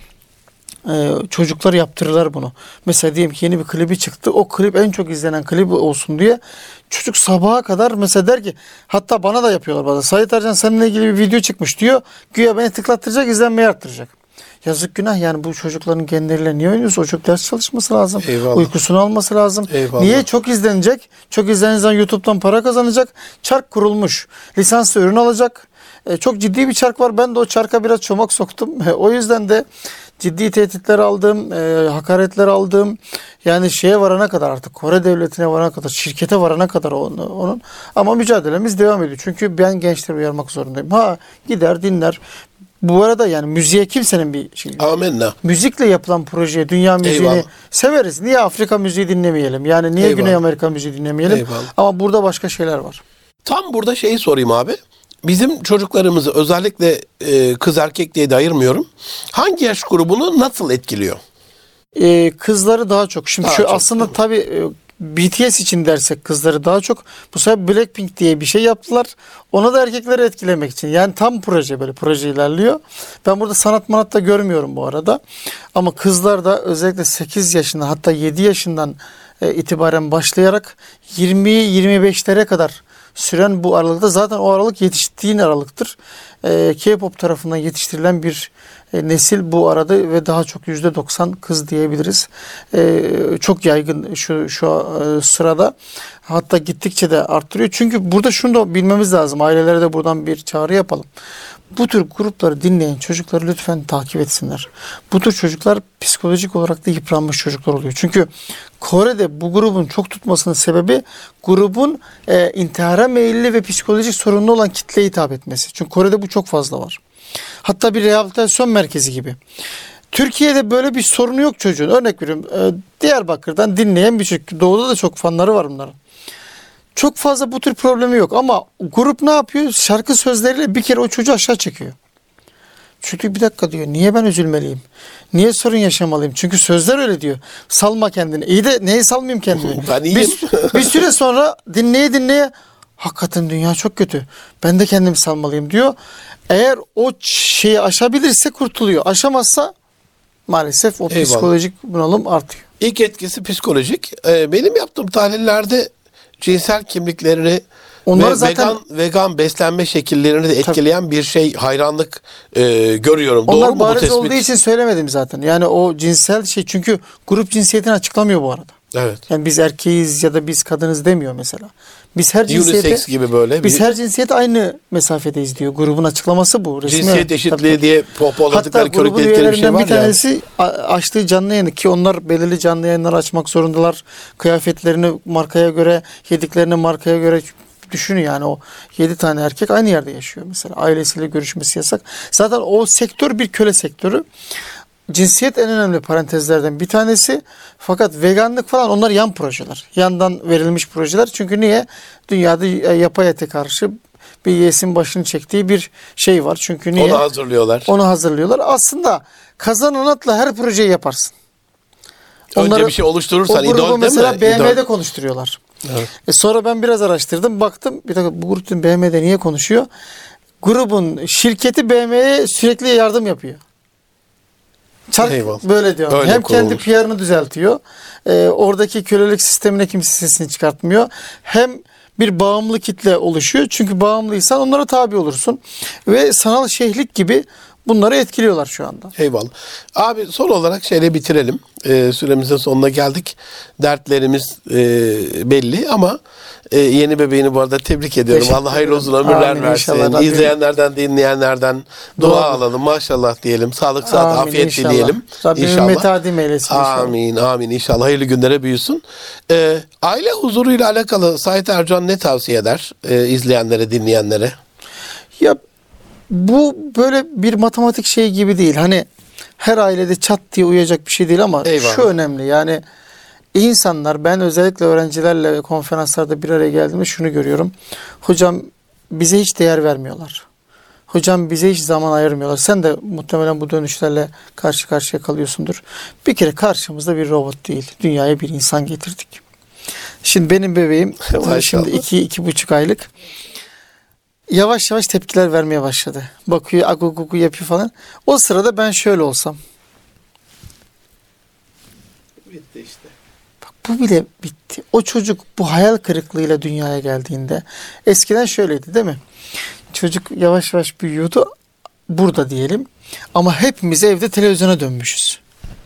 Çocuklar yaptırırlar bunu. Mesela diyelim ki yeni bir klibi çıktı. O klip en çok izlenen klip olsun diye çocuk sabaha kadar mesela der ki, hatta bana da yapıyorlar bazen. Sait Ercan seninle ilgili bir video çıkmış diyor. Güya beni tıklattıracak, izlenmeyi arttıracak. Yazık günah yani, bu çocukların genleriyle niye oynuyorsa o çocuk ders çalışması lazım. Eyvallah. Uykusunu alması lazım. Eyvallah. Niye? Çok izlenecek. Çok izlenen zaman YouTube'dan para kazanacak. Çark kurulmuş. Lisanslı ürün alacak. Çok ciddi bir çark var. Ben de o çarka biraz çomak soktum. O yüzden de ciddi tehditler aldım, hakaretler aldım. Yani şeye varana kadar, artık Kore devletine varana kadar, şirkete varana kadar onun. Ama mücadelemiz devam ediyor. Çünkü ben gençleri uyarmak zorundayım. Gider dinler. Bu arada yani müziğe kimsenin bir şey. Amenna. Müzikle yapılan projeye, dünya müziğini severiz. Niye Afrika müziği dinlemeyelim? Yani niye Güney Amerika müziği dinlemeyelim? Ama burada başka şeyler var. Tam burada şeyi sorayım abi. Bizim çocuklarımızı özellikle kız erkek diye de ayırmıyorum. Hangi yaş grubunu nasıl etkiliyor? Kızları daha çok. Şimdi daha şu çok, aslında tabii BTS için dersek kızları daha çok. Bu sefer Blackpink diye bir şey yaptılar. Onu da erkekleri etkilemek için. Yani tam proje, böyle proje ilerliyor. Ben burada sanat manat da görmüyorum bu arada. Ama kızlar da özellikle 8 yaşından, hatta 7 yaşından itibaren başlayarak 20-25'lere kadar süren bu aralıkta, zaten o aralık yetiştiğin aralıktır. K-pop tarafından yetiştirilen bir nesil bu arada ve daha çok %90 kız diyebiliriz. Çok yaygın şu sırada. Hatta gittikçe de arttırıyor. Çünkü burada şunu da bilmemiz lazım. Ailelere de buradan bir çağrı yapalım. Bu tür grupları dinleyen çocukları lütfen takip etsinler. Bu tür çocuklar psikolojik olarak da yıpranmış çocuklar oluyor. Çünkü Kore'de bu grubun çok tutmasının sebebi grubun intihara meyilli ve psikolojik sorunlu olan kitleye hitap etmesi. Çünkü Kore'de bu çok fazla var. Hatta bir rehabilitasyon merkezi gibi. Türkiye'de böyle bir sorunu yok çocuğun. Örnek veriyorum, Diyarbakır'dan dinleyen bir çocuk. Doğu'da da çok fanları var bunların. Çok fazla bu tür problemi yok ama grup ne yapıyor? Şarkı sözleriyle bir kere o çocuğu aşağı çekiyor. Çünkü bir dakika diyor, niye ben üzülmeliyim? Niye sorun yaşamalıyım? Çünkü sözler öyle diyor. Salma kendini. İyi de neye salmayayım kendimi? Ben iyiyim. Bir süre sonra dinleye hakikaten dünya çok kötü. Ben de kendimi salmalıyım diyor. Eğer o şeyi aşabilirse kurtuluyor. Aşamazsa maalesef o Eyvallah. psikolojik bunalım artıyor. İlk etkisi psikolojik. Benim yaptığım tahlillerde cinsel kimliklerini Onları ve zaten vegan beslenme şekillerini de etkileyen bir şey, hayranlık görüyorum. onlar Doğru mu bu bariz tespit? olduğu için söylemedim zaten. Yani o cinsel şey, çünkü grup cinsiyetini açıklamıyor bu arada. Evet. Yani biz erkeğiz ya da biz kadınız demiyor mesela. Biz her cinsiyete, Unisex gibi böyle. biz her cinsiyete aynı mesafedeyiz diyor. Grubun açıklaması bu. Resmi cinsiyet olarak. eşitliği Tabii. diye Hatta pohpohladıkları grubun körükledikleri bir şey üyelerinden var bir ya. tanesi açtığı canlı yayını, ki onlar belirli canlı yayınlar açmak zorundalar. Kıyafetlerini markaya göre, yediklerini markaya göre. Düşünün yani, o 7 tane erkek aynı yerde yaşıyor mesela. Ailesiyle görüşmesi yasak. Zaten o sektör bir köle sektörü. Cinsiyet en önemli parantezlerden bir tanesi. Fakat veganlık falan onlar yan projeler. Yandan verilmiş projeler. Çünkü niye? Dünyada yapay ete karşı bir yesin başını çektiği bir şey var. Çünkü niye? Onu hazırlıyorlar. Onu hazırlıyorlar. Aslında kazananatla her projeyi yaparsın. Önce bir şey oluşturursan, o grubu idol değil mi? mesela BM'de İdol. konuşturuyorlar. Evet. Sonra ben biraz araştırdım. Baktım, bir dakika, bu grup BM'de niye konuşuyor? Grubun şirketi BM'ye sürekli yardım yapıyor. Çark Eyvallah. böyle diyor. Öyle Hem kendi kurulmuş. PR'ını düzeltiyor. Oradaki kölelik sistemine kimse sesini çıkartmıyor. Hem bir bağımlı kitle oluşuyor. Çünkü bağımlıysan onlara tabi olursun. Ve sanal şeyhlik gibi bunları etkiliyorlar şu anda. Eyvallah. Abi son olarak şeyle bitirelim. Süremizin sonuna geldik. Dertlerimiz belli ama yeni bebeğini bu arada tebrik ediyorum. Teşekkür Allah hayırlı uzun ederim. ömürler Amin, versin. inşallah Rabbim. İzleyenlerden, dinleyenlerden dua Dua alalım. Maşallah diyelim. Sağlık, sıhhat, Amin, afiyet inşallah. dileyelim. Rabbim ümmeti adim eylesin inşallah. Amin, amin. İnşallah hayırlı günlere büyüsün. Aile huzuruyla alakalı Sait Ercan ne tavsiye eder izleyenlere, dinleyenlere? Ya bu böyle bir matematik şey gibi değil. Hani her ailede çat diye uyacak bir şey değil ama Eyvallah. şu önemli. Yani insanlar, ben özellikle öğrencilerle konferanslarda bir araya geldiğimde şunu görüyorum. Hocam bize hiç değer vermiyorlar. Hocam bize hiç zaman ayırmıyorlar. Sen de muhtemelen bu dönüşlerle karşı karşıya kalıyorsundur. Bir kere karşımızda bir robot değil. Dünyaya bir insan getirdik. Şimdi benim bebeğim şimdi 2-2,5 aylık. Yavaş yavaş tepkiler vermeye başladı. Bakıyor, agu yapıyor falan. O sırada ben şöyle olsam. Bitti işte. Bak, bu bile bitti. O çocuk bu hayal kırıklığıyla dünyaya geldiğinde, eskiden şöyleydi değil mi? Çocuk yavaş yavaş büyüyordu. Burada diyelim. Ama hepimiz evde televizyona dönmüşüz.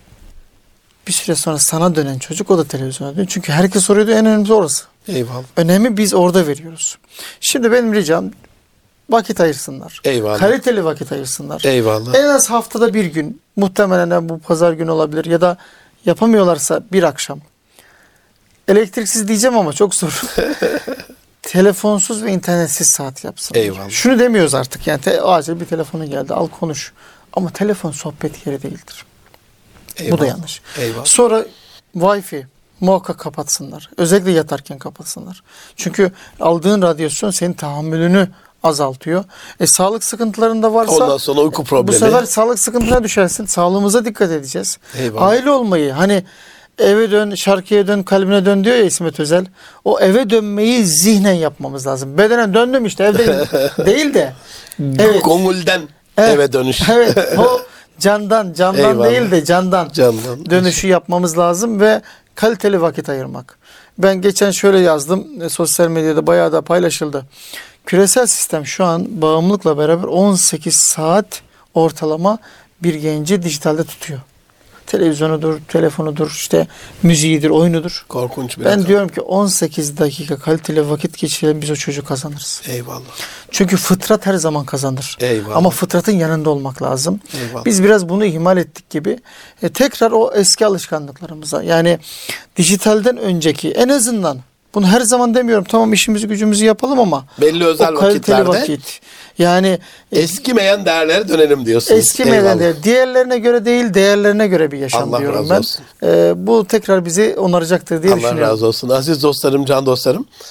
Bir süre sonra sana dönen çocuk o da televizyona dönüyor. Çünkü herkes soruyordu, en önemlisi orası. Eyvallah. Önemi biz orada veriyoruz. Şimdi benim ricam, vakit ayırsınlar. Eyvallah. Kaliteli vakit ayırsınlar. Eyvallah. En az haftada bir gün, muhtemelen bu pazar günü olabilir ya da yapamıyorlarsa bir akşam. Elektriksiz diyeceğim ama çok zor. Telefonsuz ve internetsiz saat yapsın. Eyvallah. Şunu demiyoruz artık yani, acil bir telefonu geldi, al konuş. Ama telefon sohbet yeri değildir. Eyvallah. Bu da yanlış. Eyvallah. Sonra Wi-Fi muhakkak kapatsınlar. Özellikle yatarken kapatsınlar. Çünkü aldığın radyasyon senin tahammülünü azaltıyor. Sağlık sıkıntılarında varsa Ondan sonra uyku problemi. bu sefer sağlık sıkıntına düşersin. Sağlığımıza dikkat edeceğiz. Eyvallah. Aile olmayı, hani eve dön, şarkıya dön, kalbine dön diyor ya İsmet Özel. O eve dönmeyi zihnen yapmamız lazım. Bedenen döndüm işte, evdeyim değil de. Evet. Gongul'den Evet. eve dönüş. Evet, o candan Eyvallah. değil de candan dönüşü yapmamız lazım ve kaliteli vakit ayırmak. Ben geçen şöyle yazdım, sosyal medyada bayağı da paylaşıldı. Küresel sistem şu an bağımlılıkla beraber 18 saat ortalama bir genci dijitalde tutuyor. Televizyonudur, telefonudur, işte müziğidir, oyunudur. Korkunç bir Ben rakam. diyorum ki 18 dakika kaliteli vakit geçirelim, biz o çocuğu kazanırız. Eyvallah. Çünkü fıtrat her zaman kazanır. Eyvallah. Ama fıtratın yanında olmak lazım. Eyvallah. Biz biraz bunu ihmal ettik gibi. Tekrar o eski alışkanlıklarımıza, yani dijitalden önceki, en azından bunu her zaman demiyorum, tamam işimizi gücümüzü yapalım ama Belli özel o kaliteli vakitlerde vakit. Yani eskimeyen değerlere dönelim diyorsunuz. eskimeden Eyvallah. de diğerlerine göre değil, değerlerine göre bir yaşam Allah diyorum razı ben. olsun. Bu tekrar bizi onaracaktır diye Allah düşünüyorum. razı olsun. Aziz dostlarım, can dostlarım.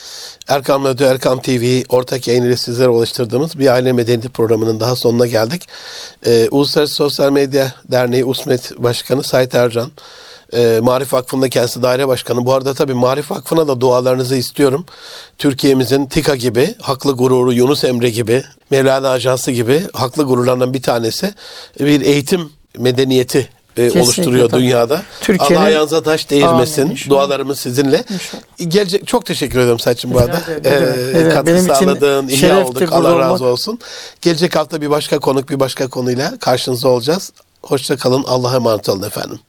Erkam Radyo, Erkam TV ortak yayınıyla sizlere ulaştırdığımız bir aile medeniyeti programının daha sonuna geldik. Uluslararası Sosyal Medya Derneği USMED Başkanı Sait Ercan, Maarif Vakfı'nda kendisi daire başkanı. Bu arada tabii Maarif Vakfı'na da dualarınızı istiyorum. Türkiye'mizin TİKA gibi, haklı gururu Yunus Emre gibi, Mevlana Ajansı gibi haklı gururlarından bir tanesi bir eğitim medeniyeti oluşturuyor tabii. dünyada. Türkiye'nin... Allah ayağınıza taş değirmesin. Amin, inşallah. Dualarımız sizinle. İnşallah. Çok teşekkür ederim Saçım bu arada. Benim Katkı için sağladığın, iyi şerefti olduk. burada Allah razı olmak. olsun. Gelecek hafta bir başka konuk, bir başka konuyla karşınızda olacağız. Hoşça kalın. Allah'a emanet olun efendim.